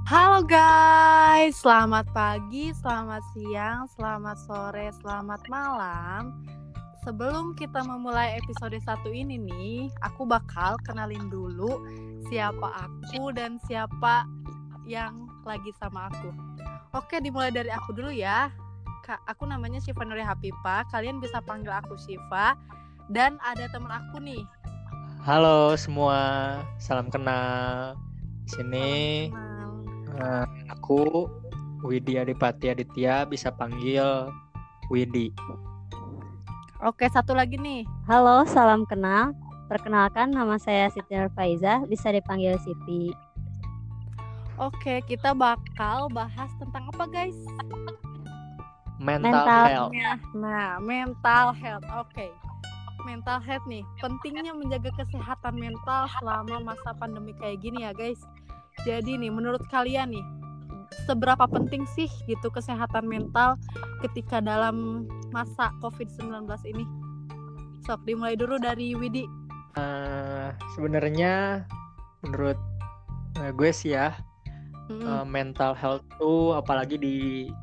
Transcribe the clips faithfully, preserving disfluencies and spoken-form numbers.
Halo guys, selamat pagi, selamat siang, selamat sore, selamat malam. Sebelum kita memulai episode satu ini nih, aku bakal kenalin dulu siapa aku dan siapa yang lagi sama aku. Oke, dimulai dari aku dulu ya. Kak, aku namanya Syifa Nuri Hapipa, kalian bisa panggil aku Syifa. Dan ada teman aku nih. Halo semua, salam kenal. Di sini Salam kenal. uh, aku Widi Adipati Aditya, bisa panggil Widi. Oke, satu lagi nih. Halo, salam kenal. Perkenalkan, nama saya Siti Nurfaiza, bisa dipanggil Siti. Oke, kita bakal bahas tentang apa guys? Mental, Mental. health. Nah, mental health. Oke. Mental health nih, pentingnya menjaga kesehatan mental selama masa pandemi kayak gini ya guys. Jadi nih, menurut kalian nih, seberapa penting sih gitu kesehatan mental ketika dalam masa covid sembilan belas ini? Sok, dimulai dulu dari Widi. Uh, sebenarnya menurut uh, gue sih ya, Mm-mm. uh, mental health tuh apalagi di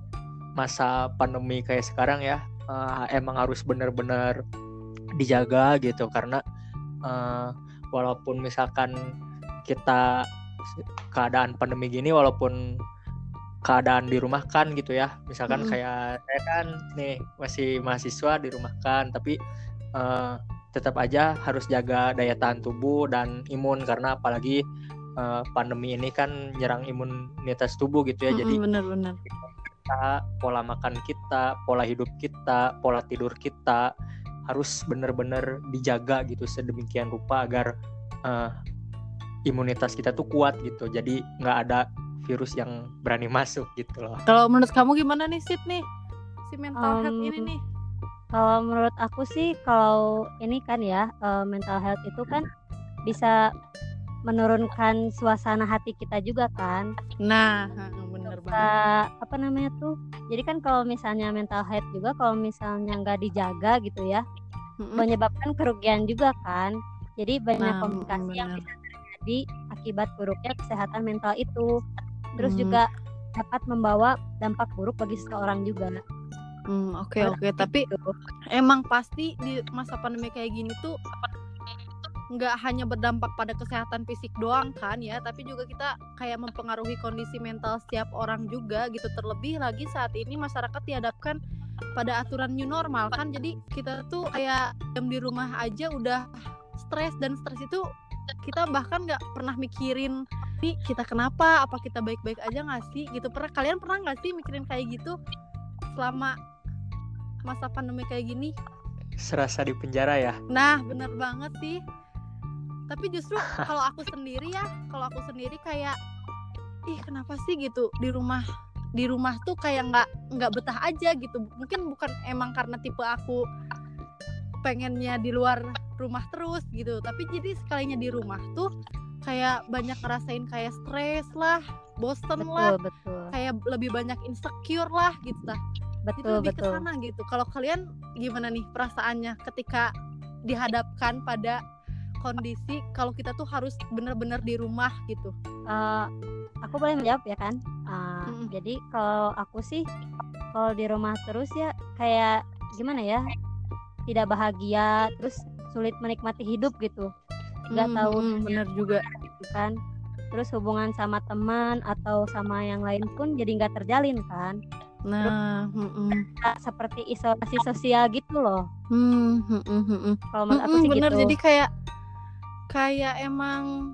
masa pandemi kayak sekarang ya, uh, emang harus benar-benar dijaga gitu, karena uh, walaupun misalkan kita keadaan pandemi gini, walaupun keadaan dirumahkan gitu ya, misalkan Mm-mm. kayak saya kan nih masih mahasiswa dirumahkan, tapi uh, tetap aja harus jaga daya tahan tubuh dan imun, karena apalagi uh, pandemi ini kan nyerang imunitas tubuh gitu ya. Mm-mm, jadi benar-benar. kita, pola makan kita, pola hidup kita, pola tidur kita harus benar-benar dijaga gitu sedemikian rupa agar uh, imunitas kita tuh kuat gitu. Jadi nggak ada virus yang berani masuk gitu loh. Kalau menurut kamu gimana nih Sid nih? Si mental Um, health ini nih. Kalau menurut aku sih, kalau ini kan ya, uh, mental health itu kan bisa menurunkan suasana hati kita juga kan. Nah, bener banget. Ka, apa namanya tuh? Jadi kan kalau misalnya mental health juga, kalau misalnya nggak dijaga gitu ya, Mm-mm. menyebabkan kerugian juga kan. Jadi banyak Nah, komplikasi yang bener. bisa terjadi akibat buruknya kesehatan mental itu. Terus Hmm. juga dapat membawa dampak buruk bagi seseorang juga. Hmm, oke Menurut oke. aku Tapi gitu. emang pasti di masa pandemi kayak gini tuh nggak hanya berdampak pada kesehatan fisik doang kan ya, tapi juga kita kayak mempengaruhi kondisi mental setiap orang juga gitu. Terlebih lagi saat ini masyarakat dihadapkan pada aturan new normal kan, jadi kita tuh kayak diam di rumah aja udah stres, dan stres itu kita bahkan nggak pernah mikirin nih kita kenapa, apa kita baik-baik aja nggak sih gitu. Pernah kalian pernah nggak sih mikirin kayak gitu selama masa pandemi kayak gini? Serasa di penjara ya. Nah, bener banget sih. Tapi justru kalau aku sendiri ya, kalau aku sendiri kayak, ih kenapa sih gitu di rumah di rumah tuh kayak nggak nggak betah aja gitu. Mungkin bukan emang karena tipe aku pengennya di luar rumah terus gitu, tapi jadi sekalinya di rumah tuh kayak banyak ngerasain kayak stres lah, bosen lah, Betul, betul. kayak lebih banyak insecure lah gitu lah. Jadi Betul, lebih betul. kesana gitu. Kalau kalian gimana nih perasaannya ketika dihadapkan pada kondisi kalau kita tuh harus benar-benar di rumah gitu? Uh, aku boleh menjawab ya kan? Uh, Mm-mm. Jadi kalau aku sih, kalau di rumah terus ya kayak gimana ya? Tidak bahagia, terus sulit menikmati hidup gitu. Nggak Hmm, tahu hmm, bener juga. gitu kan. Terus hubungan sama teman atau sama yang lain pun jadi nggak terjalin kan. Nah, hmm, Kayak seperti isolasi sosial gitu loh. hmm, hmm, hmm, hmm. Kalau menurut aku Hmm, sih bener. gitu. Jadi kayak kayak emang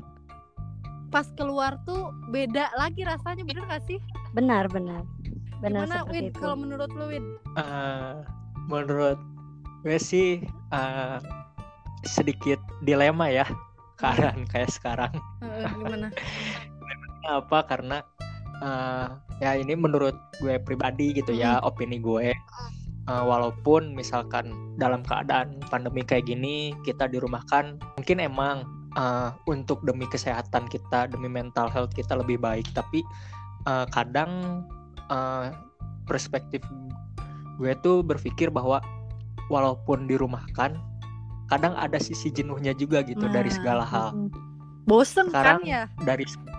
pas keluar tuh beda lagi rasanya, bener gak sih? Benar, benar. Benar Gimana seperti Win? itu. Kalau menurut lu Win? Uh, menurut gue sih uh, sedikit dilema ya keadaan kayak sekarang. Uh, gimana? Apa? Karena uh, ya ini menurut gue pribadi gitu ya, Mm-mm. opini gue. Uh, walaupun misalkan dalam keadaan pandemi kayak gini kita dirumahkan, mungkin emang uh, untuk demi kesehatan kita, demi mental health kita lebih baik. Tapi uh, kadang uh, perspektif gue tuh berpikir bahwa walaupun dirumahkan, kadang ada sisi jenuhnya juga gitu Nah, dari segala hal. mm-mm. Bosen Sekarang kan ya? dari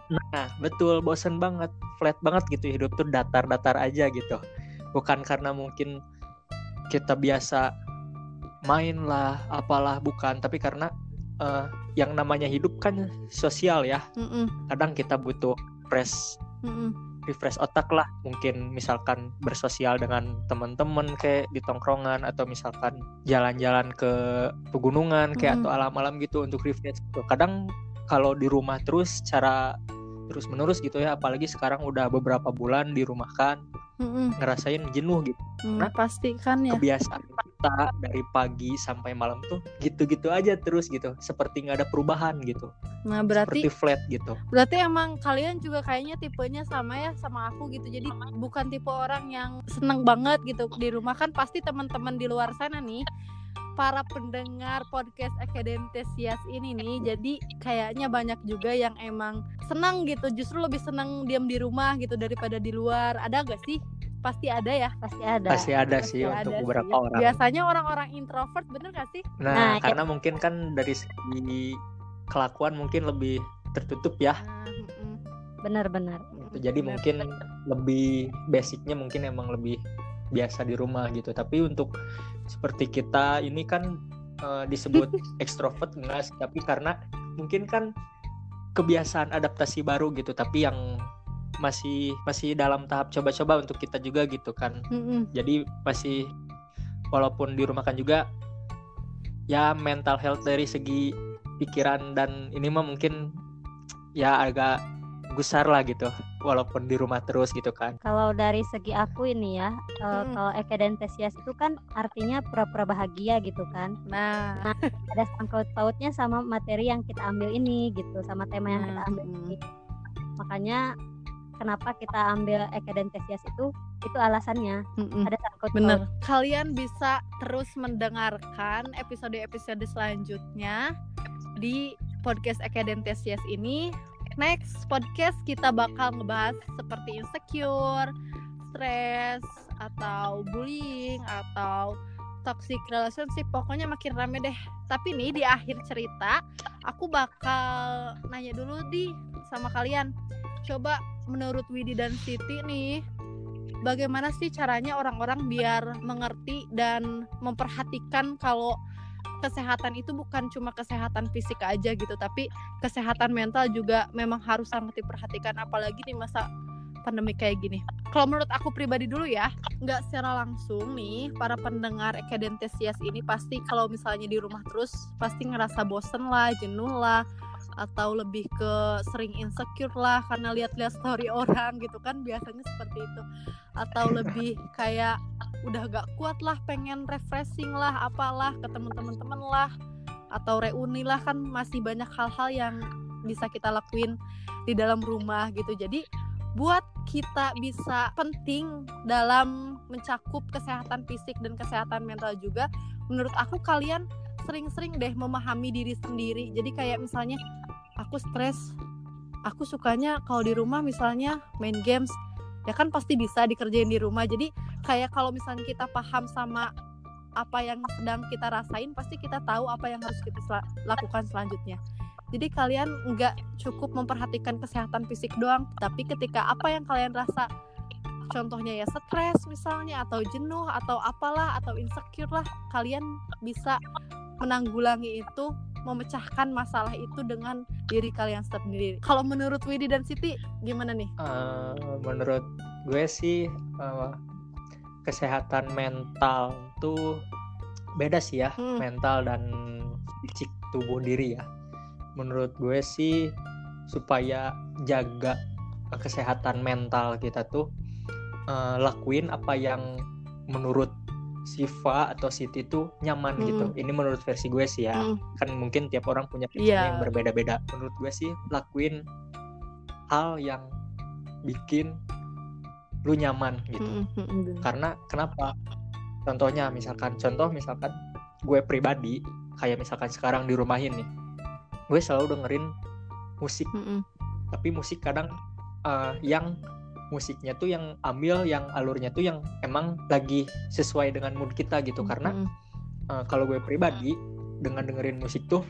Nah, betul, bosen banget, flat banget gitu hidup tuh datar-datar aja gitu. Bukan karena mungkin kita biasa main lah, apalah, bukan, tapi karena uh, yang namanya hidup kan sosial ya. Mm-mm. Kadang kita butuh fresh, Mm-mm. refresh otak lah. Mungkin misalkan bersosial dengan teman-teman kayak di tongkrongan, atau misalkan jalan-jalan ke pegunungan kayak Mm-mm. atau alam-alam gitu untuk refresh gitu. Kadang kalau di rumah terus cara terus menerus gitu ya, apalagi sekarang udah beberapa bulan di rumah kan, Mm-mm. ngerasain jenuh gitu. Mm, Nah, pasti kan ya. kebiasaan kita dari pagi sampai malam tuh gitu-gitu aja terus gitu, seperti nggak ada perubahan gitu, Nah, berarti seperti flat gitu. berarti emang kalian juga kayaknya tipenya sama ya sama aku gitu. Jadi bukan tipe orang yang seneng banget gitu di rumah. Kan pasti teman-teman di luar sana nih, para pendengar podcast Akadentesias ini nih, jadi kayaknya banyak juga yang emang senang gitu, justru lebih senang diam di rumah gitu daripada di luar. Ada gak sih? Pasti ada ya. Pasti ada. Pasti ada Pasti sih ada untuk sih. beberapa orang. Biasanya orang-orang introvert, bener gak sih? Nah, Nah, karena mungkin kan dari segi kelakuan mungkin lebih tertutup ya. Nah, mm-mm. Benar-benar. Gitu. Jadi Bener. mungkin lebih basicnya mungkin emang lebih biasa di rumah gitu. Tapi untuk seperti kita ini kan uh, disebut ekstrovert enggak sih, tapi karena mungkin kan kebiasaan adaptasi baru gitu, tapi yang masih masih dalam tahap coba-coba untuk kita juga gitu kan. Mm-mm. Jadi masih walaupun di rumah kan juga ya mental health dari segi pikiran dan ini mah mungkin ya agak gusar lah gitu walaupun di rumah terus gitu kan. Kalau dari segi aku ini ya, uh, Mm. kalau Akadentesias itu kan artinya pura-pura bahagia gitu kan. Nah, Ada sangkut pautnya sama materi yang kita ambil ini gitu, sama tema yang kita ambil Mm. ini. Makanya kenapa kita ambil Akadentesias itu, itu alasannya. mm-mm. Ada sangkut Bener. paut. Kalian bisa terus mendengarkan episode-episode selanjutnya di podcast Akadentesias ini. Next podcast kita bakal ngebahas seperti insecure, stres, atau bullying, atau toxic relationship. Pokoknya makin rame deh. Tapi nih di akhir cerita aku bakal nanya dulu di sama kalian. Coba menurut Widi dan Siti nih, bagaimana sih caranya orang-orang biar mengerti dan memperhatikan kalau kesehatan itu bukan cuma kesehatan fisik aja gitu, tapi kesehatan mental juga memang harus sangat diperhatikan, apalagi di masa pandemi kayak gini. Kalau menurut aku pribadi dulu ya, nggak secara langsung nih, para pendengar Akadentesias ini pasti kalau misalnya di rumah terus pasti ngerasa bosen lah, jenuh lah, atau lebih ke sering insecure lah karena lihat-lihat story orang gitu kan, biasanya seperti itu. Atau lebih kayak udah gak kuat lah, pengen refreshing lah, apalah, ketemu teman-teman lah, atau reuni lah, kan masih banyak hal-hal yang bisa kita lakuin di dalam rumah gitu. Jadi buat kita bisa penting dalam mencakup kesehatan fisik dan kesehatan mental juga, menurut aku kalian sering-sering deh memahami diri sendiri. Jadi kayak misalnya aku stres, aku sukanya kalau di rumah misalnya main games, ya kan pasti bisa dikerjain di rumah. Jadi kayak kalau misalnya kita paham sama apa yang sedang kita rasain, pasti kita tahu apa yang harus kita sel- lakukan selanjutnya. Jadi kalian nggak cukup memperhatikan kesehatan fisik doang, tapi ketika apa yang kalian rasa, contohnya ya stres misalnya, atau jenuh, atau apalah, atau insecure lah, kalian bisa menanggulangi itu, memecahkan masalah itu dengan diri kalian sendiri. Kalau menurut Widi dan Siti gimana nih? Uh, menurut gue sih uh, kesehatan mental tuh beda sih ya, Hmm. mental dan fisik tubuh diri ya. Menurut gue sih supaya jaga kesehatan mental kita tuh uh, lakuin apa yang menurut Siva atau Siti tuh nyaman Hmm. gitu. Ini menurut versi gue sih ya. Hmm. Kan mungkin tiap orang punya versi Iya. yang berbeda-beda. Menurut gue sih lakuin hal yang bikin lu nyaman gitu. Hmm, hmm, hmm. Karena kenapa? Contohnya misalkan, contoh misalkan gue pribadi, kayak misalkan sekarang di rumah ini, gue selalu dengerin musik. Hmm, hmm. Tapi musik kadang uh, yang musiknya tuh yang ambil, yang alurnya tuh yang emang lagi sesuai dengan mood kita gitu. Karena Hmm, uh, kalau gue pribadi dengan dengerin musik tuh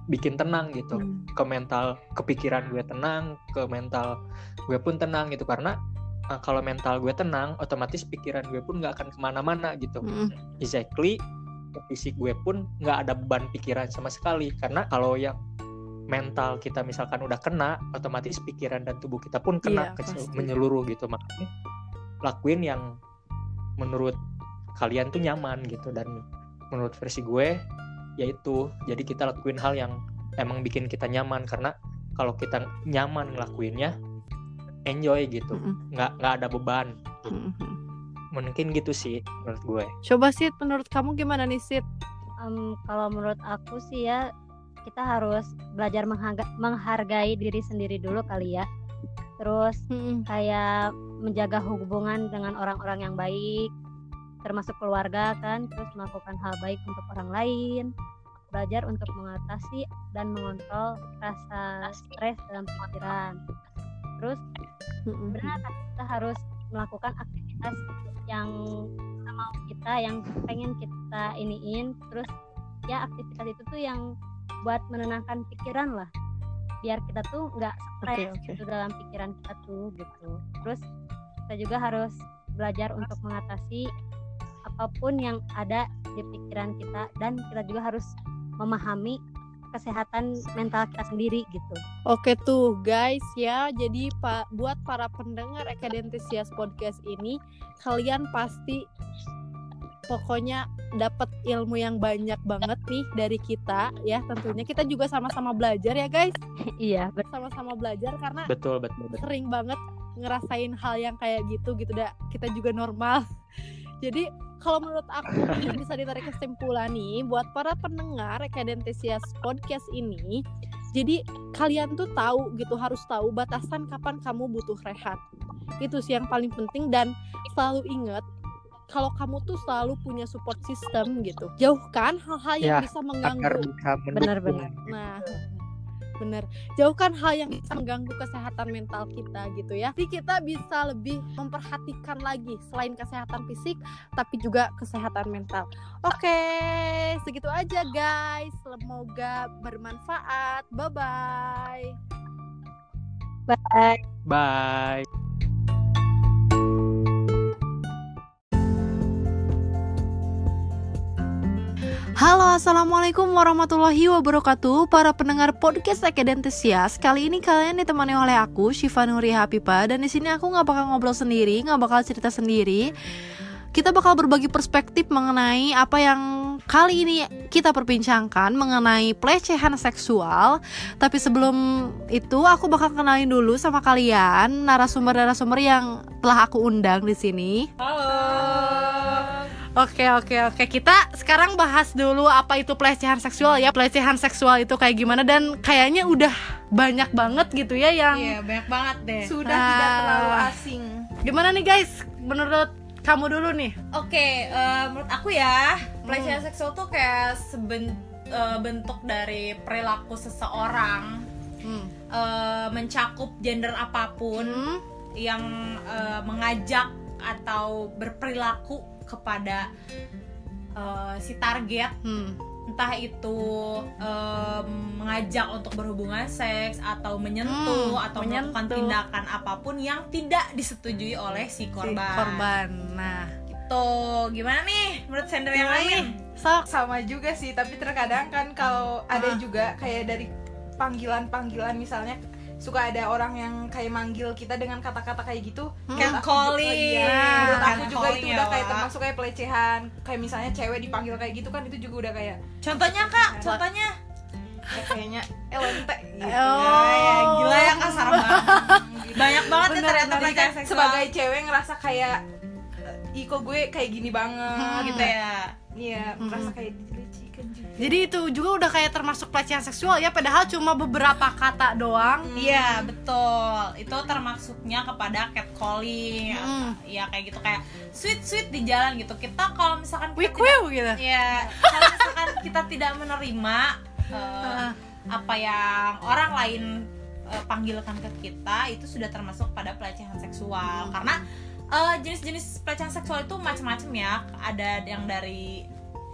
bikin tenang gitu. Hmm. Ke mental, ke pikiran gue tenang, ke mental gue pun tenang gitu. Karena uh, kalau mental gue tenang, otomatis pikiran gue pun nggak akan kemana-mana gitu. Hmm. Exactly, fisik gue pun nggak ada beban pikiran sama sekali. Karena kalau yang mental kita misalkan udah kena, otomatis pikiran dan tubuh kita pun kena, Iya, ke- pasti. menyeluruh gitu. Makanya lakuin yang menurut kalian tuh nyaman gitu, dan menurut versi gue yaitu jadi kita lakuin hal yang emang bikin kita nyaman, karena kalau kita nyaman ngelakuinnya enjoy gitu, Mm-mm. nggak nggak ada beban gitu. Mm-mm. Mungkin gitu sih menurut gue. Coba Sid, menurut kamu gimana nih Sid? Em, kalau menurut aku sih ya, kita harus belajar mengharga- menghargai diri sendiri dulu kali ya. Terus Mm-mm. kayak menjaga hubungan dengan orang-orang yang baik, termasuk keluarga kan, terus melakukan hal baik untuk orang lain, belajar untuk mengatasi dan mengontrol rasa stres dalam pikiran. Terus Mm-mm. benar kan, kita harus melakukan aktivitas yang sama kita, yang pengen kita iniin. Terus ya aktivitas itu tuh yang buat menenangkan pikiran lah, biar kita tuh nggak stres Oke, oke. gitu dalam pikiran kita tuh gitu. Terus kita juga harus belajar untuk mengatasi apapun yang ada di pikiran kita, dan kita juga harus memahami kesehatan mental kita sendiri gitu. Oke tuh guys ya, jadi pak buat para pendengar Ekadentesias podcast ini, kalian pasti pokoknya dapat ilmu yang banyak banget nih dari kita ya. Tentunya kita juga sama-sama belajar ya guys, Iya, betul. sama-sama belajar karena Betul betul betul. sering banget ngerasain hal yang kayak gitu gitu dah. Kita juga normal. Jadi kalau menurut aku yang bisa ditarik kesimpulan nih buat para pendengar Ekadentesias podcast ini, jadi kalian tuh tahu gitu, harus tahu batasan kapan kamu butuh rehat. Itu sih yang paling penting, dan selalu ingat kalau kamu tuh selalu punya support system gitu. Jauhkan hal-hal yang Ya, bisa Agar mengganggu. bisa mendukung. Benar-benar. Nah, bener. Jauhkan hal yang bisa mengganggu kesehatan mental kita gitu ya. Jadi kita bisa lebih memperhatikan lagi selain kesehatan fisik, tapi juga kesehatan mental. Oke, segitu aja guys. Semoga bermanfaat. Bye-bye. Bye. Bye. Halo, assalamualaikum warahmatullahi wabarakatuh. Para pendengar podcast Ekadentesias, kali ini kalian ditemani oleh aku, Syifa Nuri Hapipa, dan di sini aku nggak bakal ngobrol sendiri, nggak bakal cerita sendiri. Kita bakal berbagi perspektif mengenai apa yang kali ini kita perbincangkan mengenai pelecehan seksual. Tapi sebelum itu, aku bakal kenalin dulu sama kalian narasumber-narasumber yang telah aku undang di sini. Halo. Oke oke oke, kita sekarang bahas dulu apa itu pelecehan seksual ya. Pelecehan seksual itu kayak gimana, dan kayaknya udah banyak banget gitu ya yang Iya, banyak banget deh. Sudah Ah. tidak terlalu asing. Gimana nih guys, menurut kamu dulu nih? Oke, eh, menurut aku ya, pelecehan seksual tuh kayak seben, eh, bentuk dari perilaku seseorang, Hmm. eh, mencakup gender apapun Hmm. yang eh, mengajak atau berperilaku kepada eh, si target, Hmm. entah itu eh, mengajak untuk berhubungan seks atau menyentuh Hmm, atau melakukan menyentuh. tindakan apapun yang tidak disetujui oleh si Si korban. korban. Nah, Tuh, gimana nih menurut sender yang gimana lain? nih? Sok. Sama juga sih, tapi terkadang kan kalau ada Ah. juga kayak dari panggilan-panggilan, misalnya suka ada orang yang kayak manggil kita dengan kata-kata kayak gitu. Hmm. Menurut aku Catcalling. juga- iya, menurut aku juga Catcalling itu ya, udah kayak Wak. termasuk kayak pelecehan. Kayak misalnya cewek dipanggil kayak gitu kan, itu juga udah kayak Contohnya kak, contohnya ya kayaknya elente gitu. Oh. ya, gila ya kasar banget. Banyak banget ya Bener, ternyata nanti pelecehan kan seksual sebagai cewek ngerasa kayak ih kok gue kayak gini banget Hmm. gitu ya. Iya, Hmm. merasa kayak dilecehkan juga. Jadi itu juga udah kayak termasuk pelecehan seksual ya, padahal cuma beberapa kata doang. Iya betul, itu termasuknya kepada catcalling, Hmm. ya kayak gitu, kayak sweet sweet di jalan gitu. Kita kalau misalkan kita Wik tidak, wiu gitu. ya kalau misalkan kita tidak menerima eh, Ah. apa yang orang lain eh, panggilkan ke kita, itu sudah termasuk pada pelecehan seksual. Karena eh, jenis-jenis pelecehan seksual itu macam-macam ya. Ada yang dari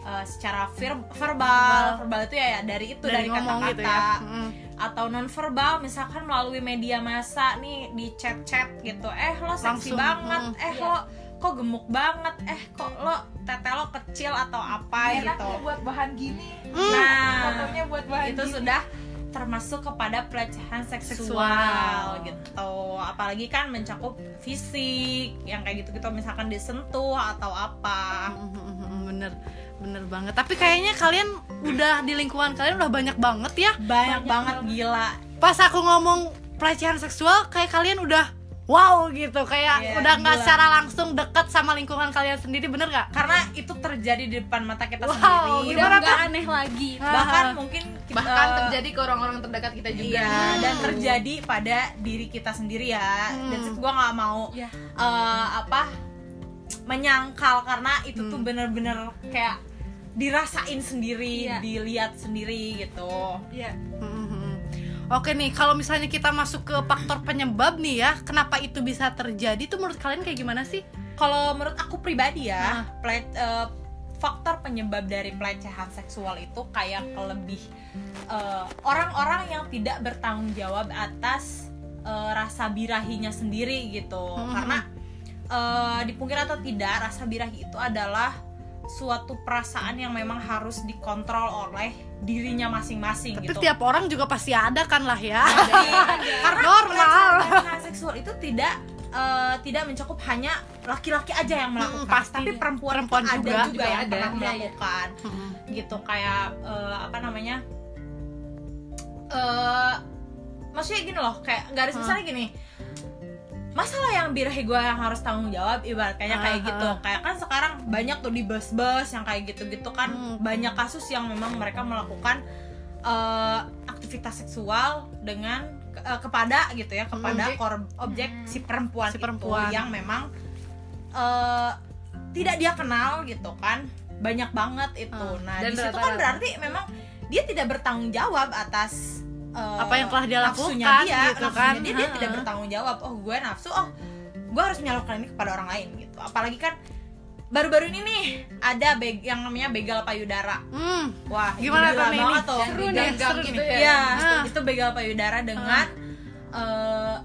uh, secara vir- verbal, verbal itu ya, ya dari itu dari, Dari ngomong kata-kata gitu ya. Mm. atau non verbal, misalkan melalui media massa nih di chat-chat gitu, eh lo seksi Langsung, banget, mm, eh iya. lo kok gemuk banget, eh kok lo tete lo kecil atau apa gitu. Enaknya buat bahan gini, Nah, fotonya buat bahan itu gini. sudah termasuk kepada pelecehan seksual Seksual. gitu. Apalagi kan mencakup fisik yang kayak gitu-gitu, misalkan disentuh atau apa. Bener bener banget. Tapi kayaknya kalian udah di lingkungan kalian udah banyak banget ya. Banyak, banget gila. Pas aku ngomong pelecehan seksual kayak kalian udah wow gitu, kayak Iya, udah nggak gila. secara langsung dekat sama lingkungan kalian sendiri, bener nggak? Karena itu terjadi di depan mata kita Wow, sendiri. gimana Udah nggak aneh lagi. Bahkan mungkin kita- bahkan terjadi ke orang-orang terdekat kita juga. Iya, dan terjadi pada diri kita sendiri ya. Hmm. Dan gue nggak mau Iya. eh, apa menyangkal, karena itu tuh Hmm. bener-bener kayak dirasain sendiri, Iya. dilihat sendiri gitu. Iya. Mhm. Oke nih, kalau misalnya kita masuk ke faktor penyebab nih ya, kenapa itu bisa terjadi tuh menurut kalian kayak gimana sih? Kalau menurut aku pribadi ya, Nah. ple- eh, faktor penyebab dari pelecehan seksual itu kayak lebih eh, orang-orang yang tidak bertanggung jawab atas eh, rasa birahinya sendiri gitu. Hmm. Karena eh, dipungkir atau tidak, rasa birahi itu adalah suatu perasaan yang memang harus dikontrol oleh dirinya masing-masing Tapi gitu. tiap orang juga pasti ada kan lah ya. Jadi, karena Normal. pelecehan seksual itu tidak eh, tidak mencakup hanya laki-laki aja yang melakukan, Hmm, pasti. tapi perempuan, Perempuan itu juga. ada juga Juga yang ada. pernah Iya, iya. melakukan Mhm. gitu, kayak eh, apa namanya, eh maksudnya gini loh, kayak garis Hmm. besarnya gini, masalah yang birahi gue yang harus tanggung jawab, ibaratnya kayak Ah, gitu. ah. Kayak kan sekarang banyak tuh di bus-bus yang kayak gitu-gitu kan, Hmm. banyak kasus yang memang mereka melakukan eh, aktivitas seksual dengan eh, kepada gitu ya, kepada Objek. kor- objek si perempuan, Si itu perempuan. yang memang eh, tidak dia kenal gitu kan, banyak banget itu. Ah, Nah, dan di situ kan rata-rata. berarti memang dia tidak bertanggung jawab atas eh, Apa yang telah dia nafsunya lakukan dia, gitu nafsunya kan. dia, dia Ha-ha. tidak bertanggung jawab. Oh, gue nafsu, oh gue harus menyalurkan ini kepada orang lain gitu. Apalagi kan baru-baru ini nih ada beg- yang namanya begal payudara. Hmm. Wah, Gimana gila tuh, Mimi? banget tuh. Seru nih, Begal- seru gitu ya. Iya, Ah. itu begal payudara dengan eh,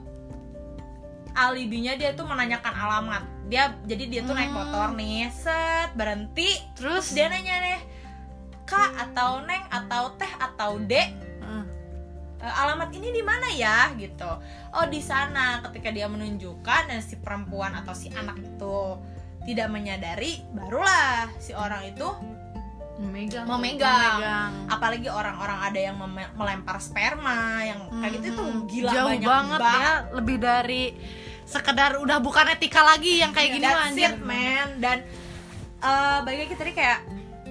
alibinya dia tuh menanyakan alamat. Dia jadi dia tuh naik Hmm. motor nih, set berhenti, Terus dia nanya nih, Kak atau Neng atau Teh atau Dek, Hmm. "E, alamat ini di mana ya?" gitu. Oh, di sana. Ketika dia menunjukkan dan si perempuan atau si anak itu tidak menyadari, barulah si orang itu Memegang. memegang. memegang. Apalagi orang-orang ada yang meme- melempar sperma yang kayak gitu itu Hmm. gila, jauh banyak banget ya, lebih dari sekedar udah bukan etika lagi yang kayak gini mah, That's anjir. it, man. Dan eh bagi lagi tadi kayak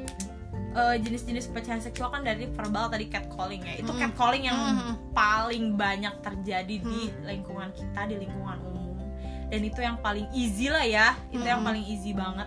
eh, jenis-jenis pelecehan seksual kan dari verbal, tadi catcalling ya. Itu Hmm. catcalling yang Hmm. paling banyak terjadi di lingkungan kita, di lingkungan umum. Dan itu yang paling easy lah ya. Itu yang Hmm. paling easy banget.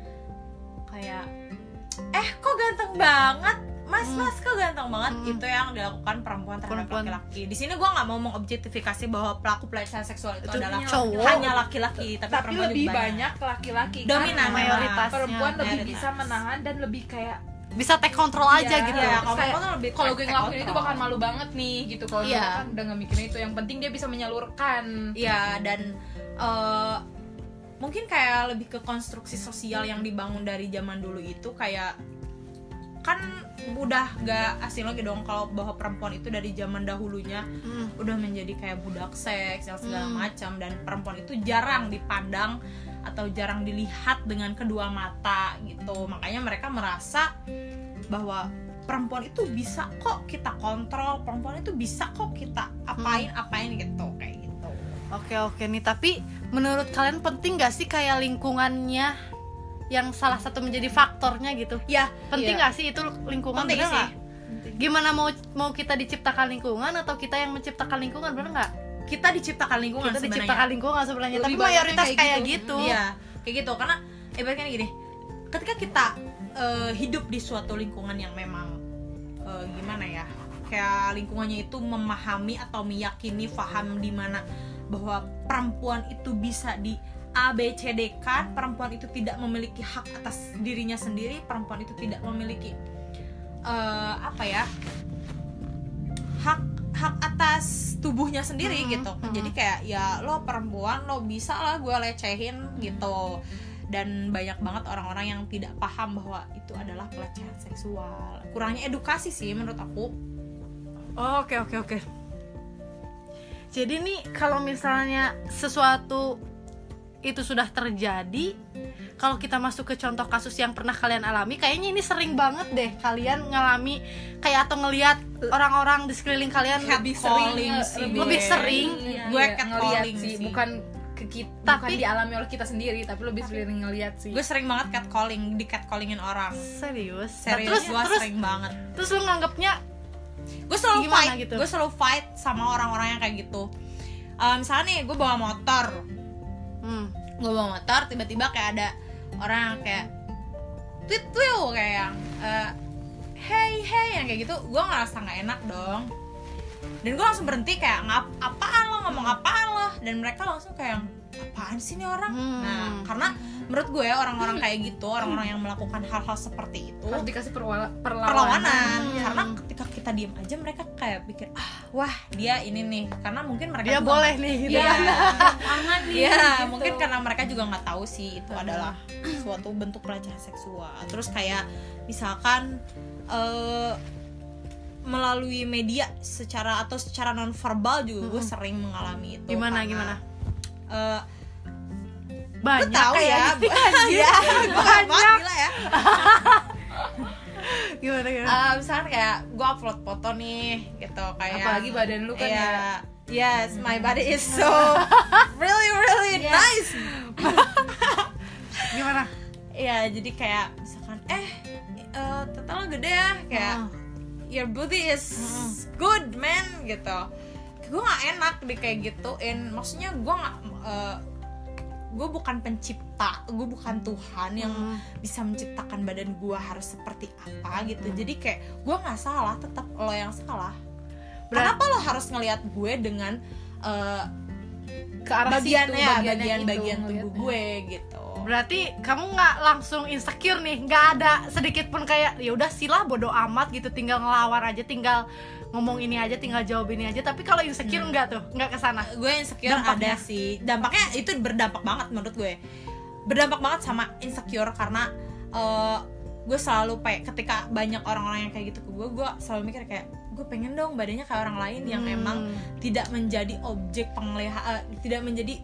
Kayak eh kok ganteng banget, Mas, Hmm. Mas kok ganteng banget. Hmm. Itu yang dilakukan perempuan terhadap Perempuan. laki-laki. Di sini gue nggak mau mengobjektifikasi bahwa pelaku pelecehan seksual itu, Itu adalah cowok. hanya laki-laki, tapi, Tapi perempuan lebih juga banyak laki-laki. Dominan, karena mayoritasnya. perempuan lebih Mayoritas. bisa menahan dan lebih kayak Bisa take control aja Iya, gitu. ya, kalau Kayak, perempuan tuh lebih kalau gue take ngelakuin itu control. bakal malu banget nih gitu. Kalau Iya. cowok kan udah nggak mikirin itu, yang penting dia bisa menyalurkan. Iya, dan eh, mungkin kayak lebih ke konstruksi sosial yang dibangun dari zaman dulu itu, kayak kan udah gak asing lagi dong kalau bahwa perempuan itu dari zaman dahulunya Hmm. udah menjadi kayak budak seks yang segala Hmm. macam, dan perempuan itu jarang dipandang atau jarang dilihat dengan kedua mata gitu. Makanya mereka merasa bahwa perempuan itu bisa kok kita kontrol, perempuan itu bisa kok kita apain apain gitu, kayak gitu. Oke oke nih, tapi menurut kalian penting gak sih kayak lingkungannya yang salah satu menjadi faktornya gitu? Ya, Penting Iya. gak sih itu lingkungan, penting bener sih. nggak? Gimana mau mau kita diciptakan lingkungan atau kita yang menciptakan lingkungan, bener nggak? Kita diciptakan lingkungan Kita sebenarnya. diciptakan lingkungan sebenarnya, Lebih tapi banyak mayoritas yang kayak, kayak gitu. Iya, kayak gitu. Karena ibaratnya gini, ketika kita eh, hidup di suatu lingkungan yang memang eh, gimana ya, kayak lingkungannya itu memahami atau meyakini, paham di mana bahwa perempuan itu bisa A B C D kan perempuan itu tidak memiliki hak atas dirinya sendiri, perempuan itu tidak memiliki uh, apa ya hak hak atas tubuhnya sendiri Hmm, gitu. hmm. Jadi kayak ya lo perempuan lo bisa lah gue lecehin gitu. Dan banyak banget orang-orang yang tidak paham bahwa itu adalah pelecehan seksual. Kurangnya edukasi sih menurut aku. Oh, oke oke oke. Jadi nih kalau misalnya sesuatu itu sudah terjadi, kalau kita masuk ke contoh kasus yang pernah kalian alami, kayaknya ini sering banget deh kalian ngalami kayak atau ngelihat orang-orang di sekeliling kalian lebih Catcalling sering sih lebih, gue. lebih sering Iya, Gue iya, catcalling ngeliat sih. sih, bukan ke kita, Tapi- bukan dialami oleh kita sendiri, tapi lebih sering ngeliat sih. Gue sering banget catcalling, di catcallingin orang. serius. Serius, Terus gue terus sering banget. terus lu nganggapnya Gue selalu Gimana fight, gitu? gue selalu fight sama orang-orang yang kayak gitu. Uh, misalnya nih, gue bawa motor, hmm, gue bawa motor, tiba-tiba kayak ada orang yang kayak tweet tweet kayak yang uh, hey hey yang kayak gitu, gue ngerasa nggak enak dong. Dan gue langsung berhenti kayak ngap apaan lo ngomong apaan lo, dan mereka langsung kayak apaan sih nih orang. Hmm. Nah, karena menurut gue orang-orang kayak gitu, orang-orang yang melakukan hal-hal seperti itu Harus dikasih perwala- perlawanan. perlawanan. Hmm. Karena ketika kita diem aja mereka kayak pikir ah wah dia ini nih, karena mungkin mereka dia juga boleh nggak- nih gitu Iya. ya. Aman nih. Iya, gitu. mungkin karena mereka juga nggak tahu sih itu adalah suatu bentuk pelecehan seksual. Terus kayak misalkan eh, melalui media secara atau secara non verbal juga gue Mm-mm. sering mengalami itu. Gimana Karena, gimana? eh, Banyak gue tahu ya, kayak ya, gue banyak gila ya. gimana gimana? Eh, misalkan kayak gue upload foto nih, gitu kayak. Apalagi badan lu kan Iya. ya. Yes, my body is so really really Yes. nice. Gimana? Iya, jadi kayak misalkan eh eh tata lo gede ya, kayak Oh. your body is good man gitu. Gue nggak enak di kayak gituin. Maksudnya gue nggak eh, gue bukan pencipta, gue bukan Tuhan yang Hmm. bisa menciptakan badan gue harus seperti apa gitu. Jadi kayak gue nggak salah, tetap lo yang salah. Berat- Kenapa lo harus ngelihat gue dengan eh, Ke arah bagian situ, ya bagian yang bagian itu, bagian tubuh ngeliatnya. gue gitu. Berarti kamu nggak langsung insecure nih, nggak ada sedikit pun kayak ya udah silah bodo amat gitu, tinggal ngelawan aja, tinggal ngomong ini aja, tinggal jawab ini aja. Tapi kalau insecure Hmm. nggak tuh, nggak kesana. Gue insecure Dampaknya. ada sih, dampaknya itu berdampak banget menurut gue, berdampak banget sama insecure karena eh, gue selalu kayak ketika banyak orang-orang yang kayak gitu ke gue, gue selalu mikir kayak gue pengen dong badannya kayak orang lain yang Hmm. emang tidak menjadi objek penglihatan, tidak menjadi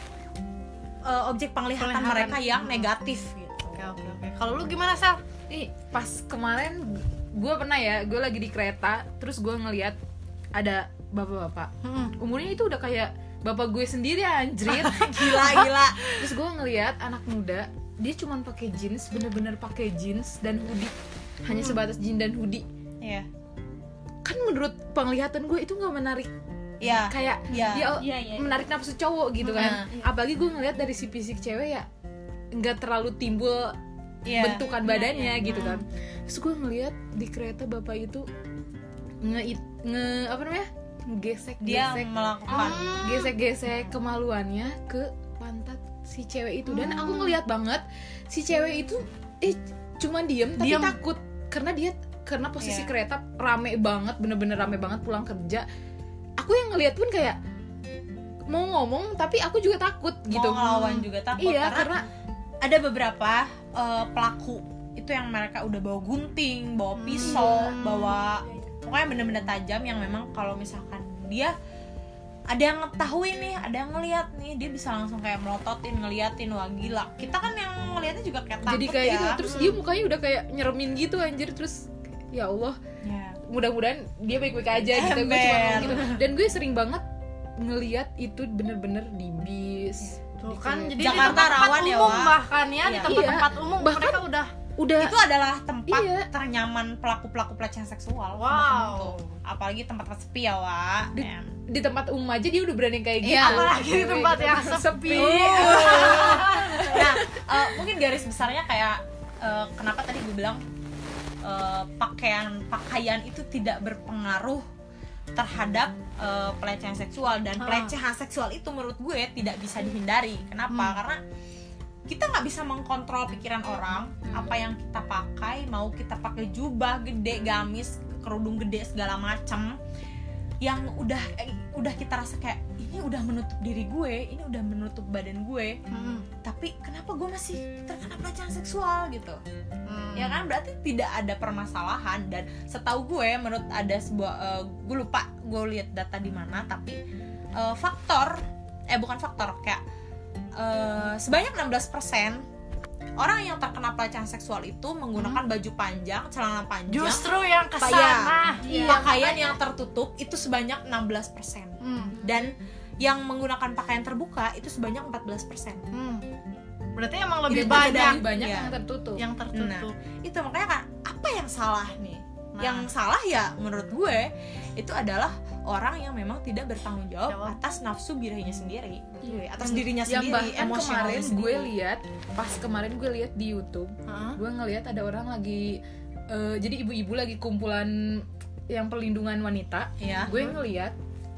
eh, objek penglihatan Penglihatan. mereka yang Hmm. negatif gitu. Oke oke oke. Kalau lu gimana Sal? Nih, pas kemarin gue pernah ya, gue lagi di kereta, terus gue ngeliat ada bapak-bapak. Hmm. Umurnya itu udah kayak bapak gue sendiri anjrit. Gila gila. Terus gue ngeliat anak muda, dia cuman pakai jeans, bener-bener pakai jeans dan hoodie, hanya sebatas jeans dan hoodie. Iya. Kan menurut penglihatan gue itu nggak menarik, Iya. kayak Iya. dia Iya, iya. menarik nafsu cowok gitu kan. Hmm. Apalagi gue ngeliat dari si fisik cewek ya nggak terlalu timbul Iya. bentukan badannya iya. gitu kan. Terus gue ngeliat di kereta bapak itu nge, nge apa namanya gesek Dia gesek melakukan gesek-gesek kemaluannya ke pantat si cewek itu. Dan aku ngeliat banget si cewek itu eh cuman diem tapi Diem. takut karena dia karena posisi Iya. kereta rame banget, bener-bener rame banget pulang kerja. Aku yang ngeliat pun kayak mau ngomong tapi aku juga takut gitu. mau ngelawan juga takut Iya, karena karena ada beberapa uh, pelaku itu yang mereka udah bawa gunting, bawa pisau, Hmm. bawa pokoknya benda-benda tajam yang memang kalau misalkan dia ada yang ngetahui nih, ada yang ngeliat nih, dia bisa langsung kayak melototin, ngeliatin, wah gila. Kita kan yang ngeliatnya juga kayak takut jadi kayak ya. gitu. Terus dia mukanya udah kayak nyeremin gitu anjir. Terus ya Allah, Ya. mudah-mudahan dia baik-baik aja gitu. Gue cuma Ember. ngomong gitu. Dan gue sering banget ngeliat itu bener-bener di bis. Tuh Di kan kereta. jadi Jakarta di tempat rawan ya, umum Wak. bahkan ya, di Iya. tempat-tempat umum Bahkan- mereka udah udah Itu adalah tempat Iya. ternyaman pelaku-pelaku pelecehan seksual. Wow. Tuh. Apalagi tempat-tempat sepi ya, Wak. Di- Em. di tempat umum aja dia udah berani kayak gitu. Iya, apalagi di tempat yang sepi. Nah, eh, mungkin garis besarnya kayak eh, kenapa tadi gue bilang eh, pakaian pakaian itu tidak berpengaruh terhadap uh, pelecehan seksual. Dan pelecehan seksual itu menurut gue tidak bisa dihindari. Kenapa? Hmm. Karena kita nggak bisa mengkontrol pikiran orang. hmm. Apa yang kita pakai, mau kita pakai jubah gede, gamis, kerudung gede, segala macam, yang udah eh, udah kita rasa kayak ini udah menutup diri gue, ini udah menutup badan gue, hmm. tapi kenapa gue masih terkena pelecehan seksual gitu? hmm. Ya kan, berarti tidak ada permasalahan. Dan setahu gue, menurut ada sebuah uh, gue lupa gue lihat data di mana, tapi uh, faktor eh bukan faktor kayak uh, sebanyak enam belas persen orang yang terkena pelecehan seksual itu menggunakan hmm. baju panjang, celana panjang, justru yang kesana, ya, pakaian yang tertutup itu sebanyak enam belas persen, hmm. dan yang menggunakan pakaian terbuka itu sebanyak empat belas persen. Hmm. Berarti emang lebih itu banyak, banyak ya. yang tertutup. Yang tertutup. Nah, itu makanya kan apa yang salah nih? Nah. Yang salah ya menurut gue itu adalah orang yang memang tidak bertanggung jawab Jawab. atas nafsu birahinya sendiri, gue, atas dirinya yang sendiri, bahkan kemarin sendiri. gue lihat, pas kemarin gue lihat di YouTube, huh? gue ngelihat ada orang lagi, uh, jadi ibu-ibu lagi kumpulan yang perlindungan wanita, ya. Gue ngelihat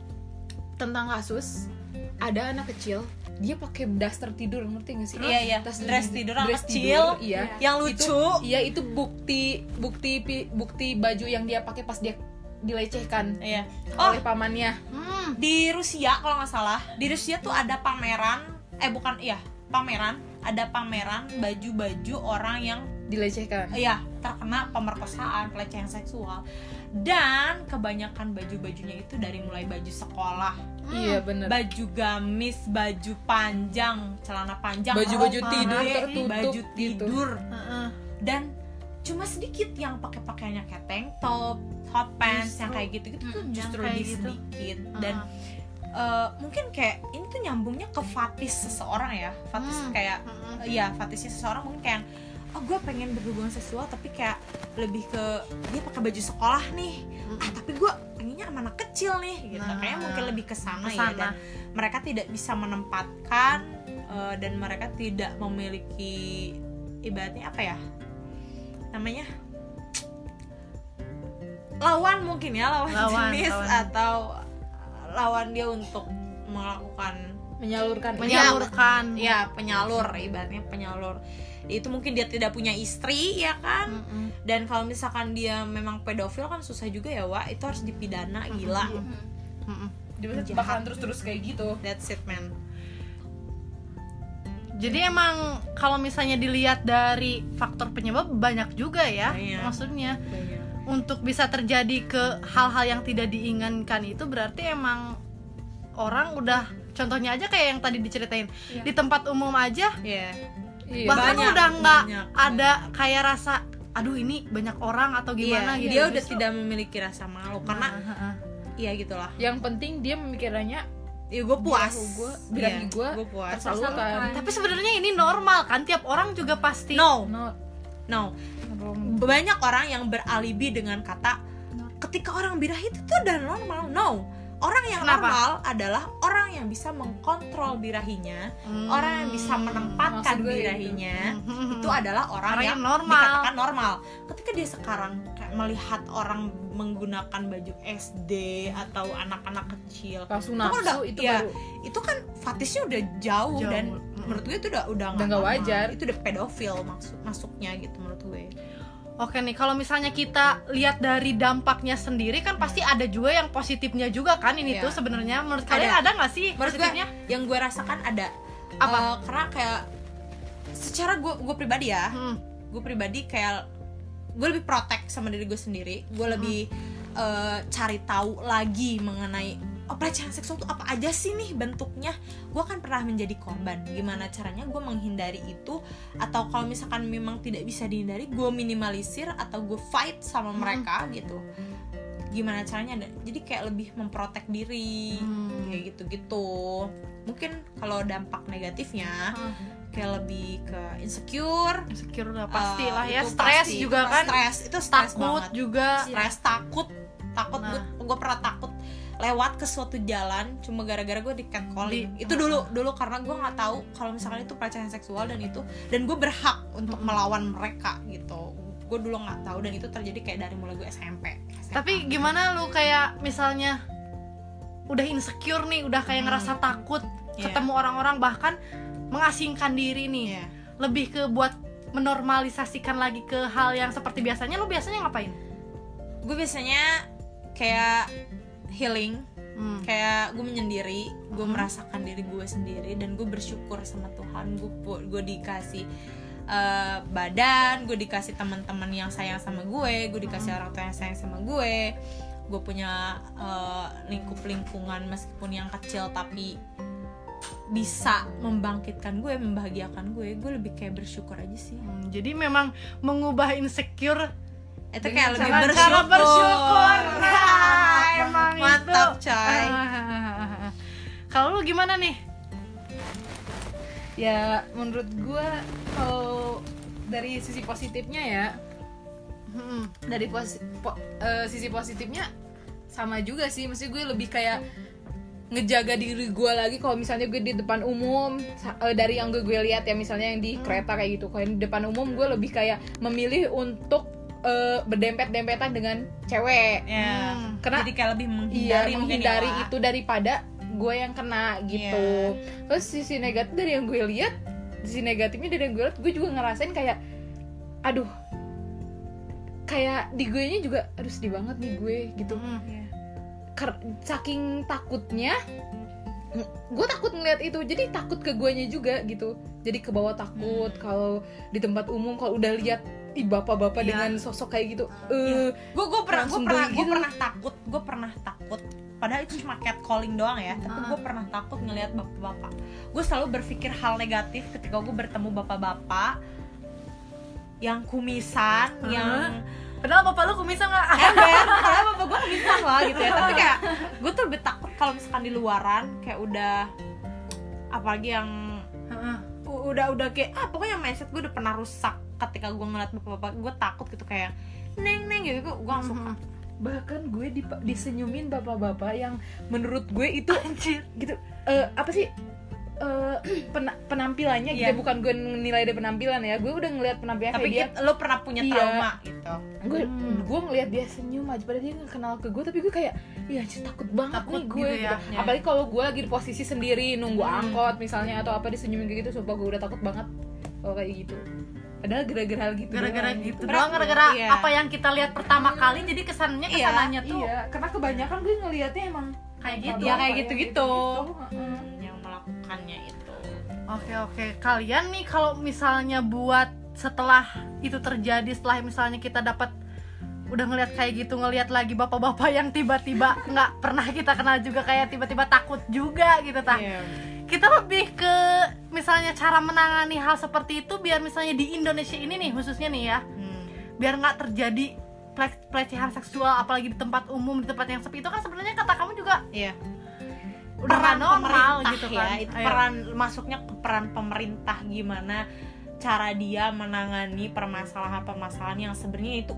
tentang kasus ada anak kecil dia pakai daster tidur, ngerti gak sih? Iya iya. Dress, dress tidur anak kecil, tidur, iya. Yang lucu. Itu, iya itu bukti bukti bukti baju yang dia pakai pas dia dilecehkan iya. oleh oh, pamannya. Hmm. Di Rusia kalau nggak salah, di Rusia tuh ada pameran, eh bukan, iya pameran, ada pameran baju-baju orang yang dilecehkan. Iya, terkena pemerkosaan, pelecehan seksual. Dan kebanyakan baju-bajunya itu dari mulai baju sekolah, hmm, iya benar, baju gamis, baju panjang, celana panjang, baju-baju tidur tertutup, baju tidur, gitu. uh-uh. Dan cuma sedikit yang pakai pakaiannya kayak tank top, hot pants, justru, yang kayak gitu-gitu tuh justru di gitu. sedikit. Dan uh, mungkin kayak ini tuh nyambungnya ke fetis seseorang ya, fetis hmm. kayak, uh, ya fetisnya seseorang mungkin kayak, oh gue pengen berhubungan seksual tapi kayak lebih ke dia pakai baju sekolah nih, mm-hmm. ah tapi gue pengennya sama anak kecil nih gitu. Nah, kayaknya mungkin lebih kesana, kesana ya. Dan mereka tidak bisa menempatkan uh, dan mereka tidak memiliki ibaratnya apa ya namanya, lawan mungkin ya, lawan, lawan jenis lawan. Atau lawan dia untuk melakukan menyalurkan menyalurkan ya, penyalur, ibaratnya penyalur. Itu mungkin dia tidak punya istri ya kan. Mm-hmm. Dan kalau misalkan dia memang pedofil kan susah juga ya, Wak, itu harus dipidana, mm-hmm. gila. Mm-hmm. Dia bakalan terus-terus kayak gitu. That's it man. Jadi emang kalau misalnya dilihat dari faktor penyebab banyak juga ya. Banyak. Maksudnya banyak. Untuk bisa terjadi ke hal-hal yang tidak diinginkan itu berarti emang orang udah, contohnya aja kayak yang tadi diceritain, yeah. di tempat umum aja, yeah. bahkan banyak, udah nggak ada banyak. Kayak rasa, aduh ini banyak orang atau gimana, yeah, gitu. Dia udah tidak memiliki rasa malu, karena nah, iya gitulah. Yang penting dia memikirkannya, ya gue puas, gue birahi gue tersalurkan. Tapi sebenarnya ini normal kan, tiap orang juga pasti. No, no, no. Banyak orang yang beralibi dengan kata ketika orang birahi itu tuh udah normal. No, orang yang Kenapa? normal adalah orang yang bisa mengkontrol birahinya, hmm, orang yang bisa menempatkan birahinya. Itu. itu adalah orang, orang yang, yang normal. Dikatakan normal. Ketika dia sekarang kayak melihat orang menggunakan baju S D atau anak-anak kecil, langsung nafsu, udah, itu ya, baru itu kan fetisnya udah jauh, jauh. Dan mm. menurut gue itu udah udah nggak wajar. Itu udah pedofil maksud masuknya gitu menurut gue. Oke nih, kalau misalnya kita lihat dari dampaknya sendiri kan pasti ada juga yang positifnya juga kan ini yeah. tuh sebenarnya. Menurut ada. kalian ada nggak sih menurut positifnya? Gue, yang gue rasakan ada. Apa? Uh, karena kayak secara gue gue pribadi ya, hmm. gue pribadi kayak gue lebih protek sama diri gue sendiri. Gue hmm. lebih uh, cari tahu lagi mengenai oh, pelecehan seksual itu apa aja sih nih bentuknya. Gue kan pernah menjadi korban, gimana caranya gue menghindari itu, atau kalau misalkan memang tidak bisa dihindari, gue minimalisir atau gue fight sama mereka hmm. gitu. Gimana caranya, jadi kayak lebih memprotek diri, hmm. kayak gitu-gitu. Mungkin kalau dampak negatifnya hmm. kayak lebih ke insecure, insecure lah pasti uh, lah ya, stres juga kan, stres itu stres takut banget juga, stres takut, takut nah. gue pernah takut lewat ke suatu jalan cuma gara-gara gue di catcalling. Di, itu dulu dulu karena gue nggak tahu kalau misalkan itu pelecehan seksual dan itu dan gue berhak untuk melawan mereka gitu. Gue dulu nggak tahu dan itu terjadi kayak dari mulai gue S M P S sehat. Tapi gimana lu kayak misalnya udah insecure nih, udah kayak Hmm. ngerasa takut Iya. ketemu orang-orang, bahkan mengasingkan diri nih. Iya. Lebih ke buat menormalisasikan lagi ke hal yang seperti biasanya. Lu biasanya ngapain? Gue biasanya kayak healing, Hmm. kayak gue menyendiri, gue Hmm. merasakan diri gue sendiri, dan gue bersyukur sama Tuhan. Gue gue dikasih uh, badan, gue dikasih teman-teman yang sayang sama gue, gue dikasih orang tua yang sayang sama gue, gue punya uh, lingkup lingkungan meskipun yang kecil tapi bisa membangkitkan gue, membahagiakan gue. Gue lebih kayak bersyukur aja sih. Hmm, jadi memang mengubah insecure Itu dengan kayak lebih cara- bersyukur. cara bersyukur. Nah, emang Mantap, itu. coy. Kalau lu gimana nih? Ya menurut gue kalau dari sisi positifnya ya, Hmm. dari posi- po- eh, sisi positifnya sama juga sih. Mesti gue lebih kayak ngejaga diri gue lagi kalau misalnya gue di depan umum. Sa- eh, dari yang gue, gue lihat ya, misalnya yang di kereta kayak gitu, kalau di depan umum gue lebih kayak memilih untuk eh, berdempet-dempetan dengan cewek. Ya. Hmm. Karena Jadi kayak lebih Iya, menghindari, mungkin menghindari ya, Wak. itu daripada gue yang kena gitu. Terus sisi negatif dari yang gue lihat, sisi negatifnya dari yang gue lihat, gue juga ngerasain kayak, aduh, kayak di gue nya juga, aduh sedih banget nih gue gitu. Hmm. Ker- saking takutnya, gue takut ngeliat itu, jadi takut ke guanya juga gitu. Jadi ke bawah takut kalau di tempat umum, kalau udah lihat ih bapak-bapak Iya. dengan sosok kayak gitu. Eh, gue gue pernah gue Langsung pernah geli gue gitu. pernah takut gue pernah takut padahal itu cuma catcalling doang ya, tapi Ah. gue pernah takut ngelihat bapak-bapak. Gue selalu berpikir hal negatif ketika gue bertemu bapak-bapak yang kumisan, Ah. yang Padahal bapak lu kumisan nggak? ember, padahal bapak gue kumisan lah gitu ya. Tapi kayak gue tuh lebih takut kalau misalkan di luaran kayak udah, apalagi yang Heeh. u- udah udah kayak ah pokoknya mindset gue udah pernah rusak ketika gue ngeliat bapak-bapak. Gue takut gitu kayak neng neng gitu, gue gak suka. bahkan gue di, disenyumin bapak-bapak yang menurut gue itu Anjir. gitu, eh, apa sih, eh, pena- penampilannya Iya. gitu, bukan gue nilai dari penampilan ya, gue udah ngelihat penampilan Tapi kayak dia, kita, lo pernah punya Iya. trauma gitu. gue Hmm. gue ngelihat dia senyum aja, padahal dia nggak kenal ke gue, tapi gue kayak, iya anjir, takut banget Takut nih gue gitu gitu. ya. Ya. Apalagi kalau gue lagi di posisi sendiri nunggu Hmm. angkot misalnya atau apa, disenyumin kayak gitu, sumpah gue udah takut banget kalau kayak gitu. Padahal gara-gara hal gitu, Gara-gara doang gitu gitu. doang, gara-gara Iya. apa yang kita lihat pertama kali, jadi kesannya Iya, kesananya tuh Iya, karena kebanyakan gue ngelihatnya emang kayak gitu. Ya kayak Bapak gitu-gitu. yang heeh. Hmm, yang melakukannya itu. Oke oke, kalian nih kalau misalnya buat setelah itu terjadi, setelah misalnya kita dapat udah ngelihat kayak gitu, ngelihat lagi bapak-bapak yang tiba-tiba nggak pernah kita kenal juga, kayak tiba-tiba takut juga gitu tah. Iya. Kita lebih ke misalnya cara menangani hal seperti itu biar misalnya di Indonesia ini nih khususnya nih ya, Hmm. biar nggak terjadi ple- pelecehan seksual apalagi di tempat umum, di tempat yang sepi. Itu kan sebenarnya kata kamu juga Iya. udah nggak normal pemerintah gitu ya, kan. itu Ayo. peran masuknya ke peran pemerintah, gimana cara dia menangani permasalahan-permasalahan yang sebenarnya itu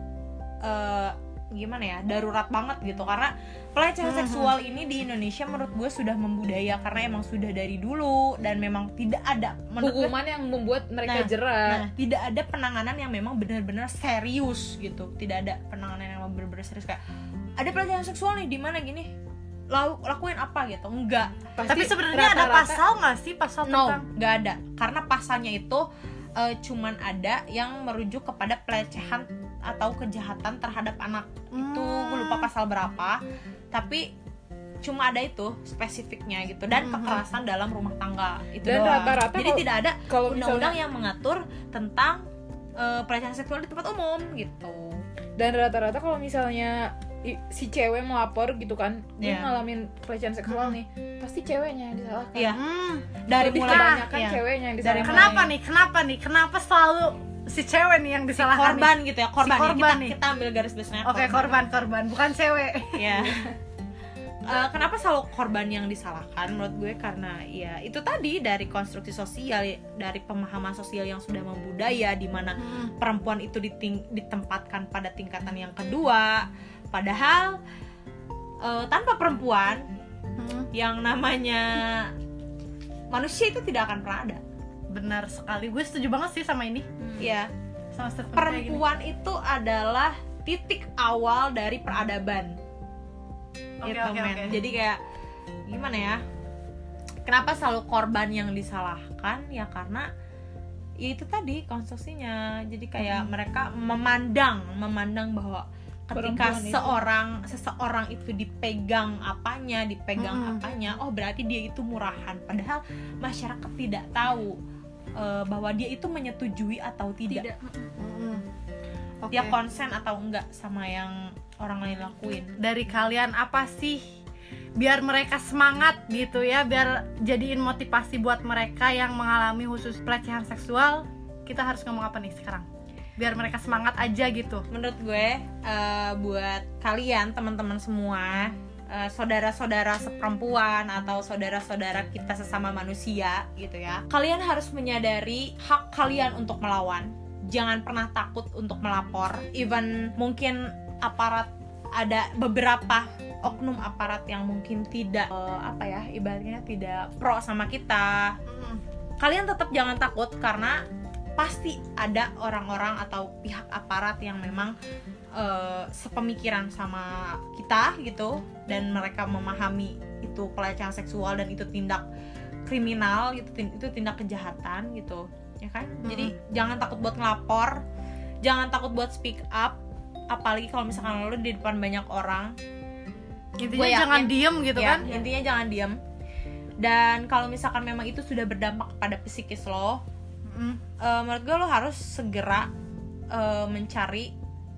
eh, gimana ya, darurat banget gitu. Karena pelecehan Mhm. seksual ini di Indonesia menurut gue sudah membudaya karena emang sudah dari dulu, dan memang tidak ada menurut gue, hukuman yang membuat mereka Nah, jerah. nah, tidak ada penanganan yang memang benar-benar serius gitu. Tidak ada penanganan yang benar-benar serius kayak ada pelecehan seksual nih di mana gini, lalu lakuin apa gitu. Enggak. Pasti Tapi sebenarnya ada rata-rata- pasal nggak sih, pasal No, tentang nggak ada. Karena pasalnya itu eh, cuman ada yang merujuk kepada pelecehan atau kejahatan terhadap anak. Itu gue lupa pasal berapa, tapi cuma ada itu spesifiknya gitu, dan Mhm. kekerasan dalam rumah tangga itu Dan doang. rata-rata Jadi kalau- tidak ada kalau undang-undang misalnya yang mengatur tentang eh, pelecehan seksual di tempat umum gitu. dan rata-rata kalau misalnya i- si cewek melapor gitu kan, dia Iya. ngalamin pelecehan seksual nih, pasti ceweknya yang disalahkan. Iya. Hmm. Dari Lebih mulai kebanyakan iya. ceweknya yang Dari disalahkan. Kenapa nih? Kenapa nih? Kenapa selalu si cewek nih yang si disalahkan? korban gitu ya, korban, Si ya. korban kita, nih. kita ambil garis besarnya Oke, korban, korban, bukan cewek. ya. Eh, kenapa selalu korban yang disalahkan? Menurut gue karena ya itu tadi, dari konstruksi sosial, dari pemahaman sosial yang sudah membudaya, di mana perempuan itu diting- ditempatkan pada tingkatan yang kedua, padahal eh, tanpa perempuan Hmm, yang namanya manusia itu tidak akan pernah ada. benar sekali. Gue setuju banget sih sama ini. Ya, Sama statement kayak gini. perempuan itu adalah titik awal dari peradaban. Oke, Gitu, oke, men. oke. Jadi kayak gimana ya? Kenapa selalu korban yang disalahkan? Ya karena ya itu tadi konstruksinya. Jadi kayak Hmm. mereka memandang memandang bahwa ketika Perempuan itu. seorang seseorang itu dipegang apanya, dipegang Mm-mm. apanya, oh berarti dia itu murahan. Padahal masyarakat tidak tahu eh, bahwa dia itu menyetujui atau tidak. Tidak. Mm-mm. Oke. Dia konsen atau enggak sama yang orang lain lakuin. Dari kalian apa sih biar mereka semangat gitu ya, biar jadiin motivasi buat mereka yang mengalami khusus pelecehan seksual? Kita harus ngomong apa nih sekarang biar mereka semangat aja gitu? Menurut gue eh, buat kalian teman-teman semua, eh, saudara-saudara seperempuan atau saudara-saudara kita sesama manusia gitu ya, kalian harus menyadari hak kalian untuk melawan. Jangan pernah takut untuk melapor. Even mungkin aparat, ada beberapa oknum aparat yang mungkin tidak eh, apa ya, ibaratnya tidak pro sama kita, kalian tetap jangan takut karena pasti ada orang-orang atau pihak aparat yang memang uh, sepemikiran sama kita gitu, dan mereka memahami itu pelecehan seksual dan itu tindak kriminal gitu, tin- itu tindak kejahatan gitu ya kan. Jadi jangan takut buat ngelapor, jangan takut buat speak up, apalagi kalau misalkan lo di depan banyak orang. Intinya Gue yakin- jangan diem gitu Ya, kan? intinya jangan diem. Dan kalau misalkan memang itu sudah berdampak kepada psikis lo, Mm. eh, menurut gue lo harus segera eh, mencari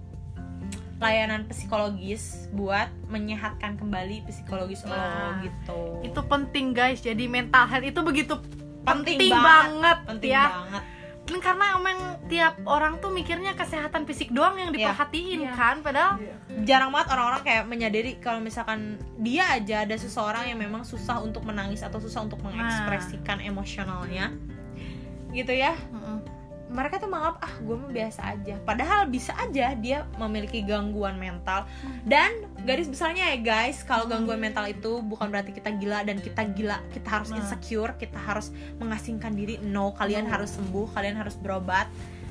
layanan psikologis buat menyehatkan kembali psikologis Nah, lo gitu. Itu penting guys, jadi mental health itu begitu penting, Penting banget, penting ya. banget. Dan karena emang tiap orang tuh mikirnya kesehatan fisik doang yang Iya. diperhatiin Iya. kan, padahal Jarang banget orang-orang kayak menyadari kalau misalkan dia aja ada seseorang yang memang susah untuk menangis atau susah untuk mengekspresikan emosionalnya gitu ya. Mm-mm. Mereka tuh menganggap ah gue mah biasa aja, padahal bisa aja dia memiliki gangguan mental. Dan garis besarnya ya guys, kalau gangguan mental itu bukan berarti kita gila, dan kita gila kita harus Nah. insecure, kita harus mengasingkan diri. No, kalian No. harus sembuh, kalian harus berobat,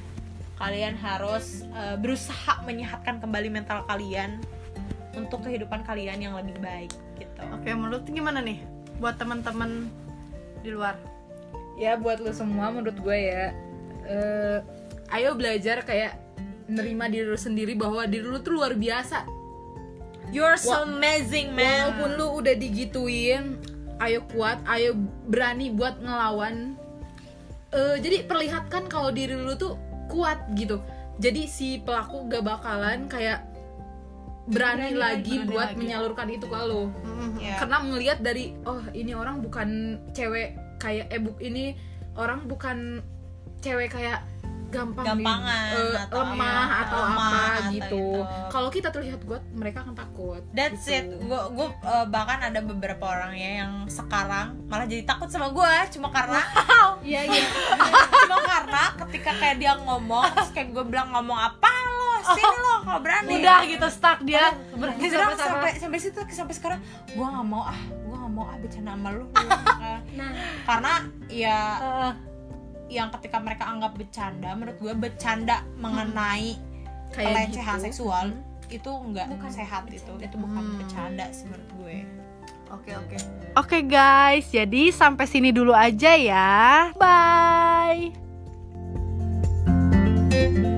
kalian harus uh, berusaha menyehatkan kembali mental kalian untuk kehidupan kalian yang lebih baik gitu. Oke, menurut lu gimana nih buat teman-teman di luar? Ya buat lo semua, menurut gue ya, eh, ayo belajar kayak nerima diri lu sendiri bahwa diri lu tuh luar biasa. You're so Wa- amazing man. Walaupun lu udah digituin, ayo kuat, ayo berani buat ngelawan. Eh, jadi perlihatkan kalau diri lu tuh kuat gitu. Jadi si pelaku gak bakalan kayak berani, Berani lagi lagi, buat berani lagi. menyalurkan itu ke lu. Ya. Karena melihat dari oh ini orang bukan cewek kayak eh bu, ini orang bukan cewek kayak gampang di- Gampangan eh, atau lemah ya, atau lemah apa atau gitu. gitu. Kalau kita terlihat kuat, mereka akan takut. That's gitu. it. Gue gue uh, bahkan ada beberapa orang ya yang sekarang malah jadi takut sama gue cuma karena Iya iya. cuma karena ketika kayak dia ngomong, terus kayak gue bilang ngomong apa lo, sini lo kalau berani. Udah gitu stuck dia. Berarti Sampai- sampai sampai situ sampai sekarang gue nggak mau ah gue nggak mau ah bercanda sama lu. Nah, Karena ya Eh, yang ketika mereka anggap bercanda, menurut gue bercanda mengenai Kayak pelecehan gitu. seksual itu nggak Bukan sehat, itu itu bukan Hmm. bercanda sih menurut gue. Oke oke. Oke guys, jadi sampai sini dulu aja ya. Bye.